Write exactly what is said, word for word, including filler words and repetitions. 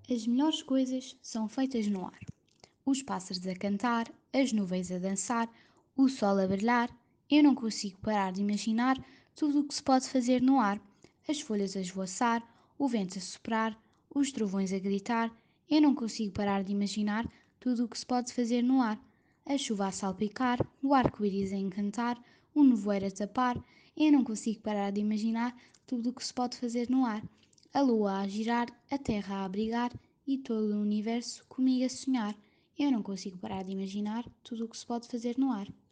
As melhores coisas são feitas no ar. Os pássaros a cantar, as nuvens a dançar, o sol a brilhar. Eu não consigo parar de imaginar tudo o que se pode fazer no ar. As folhas a esvoaçar, o vento a soprar, os trovões a gritar. Eu não consigo parar de imaginar tudo o que se pode fazer no ar. A chuva a salpicar, o arco-íris a encantar, o nevoeiro a tapar. Eu não consigo parar de imaginar tudo o que se pode fazer no ar. A lua a girar, a terra a abrigar e todo o universo comigo a sonhar. Eu não consigo parar de imaginar tudo o que se pode fazer no ar.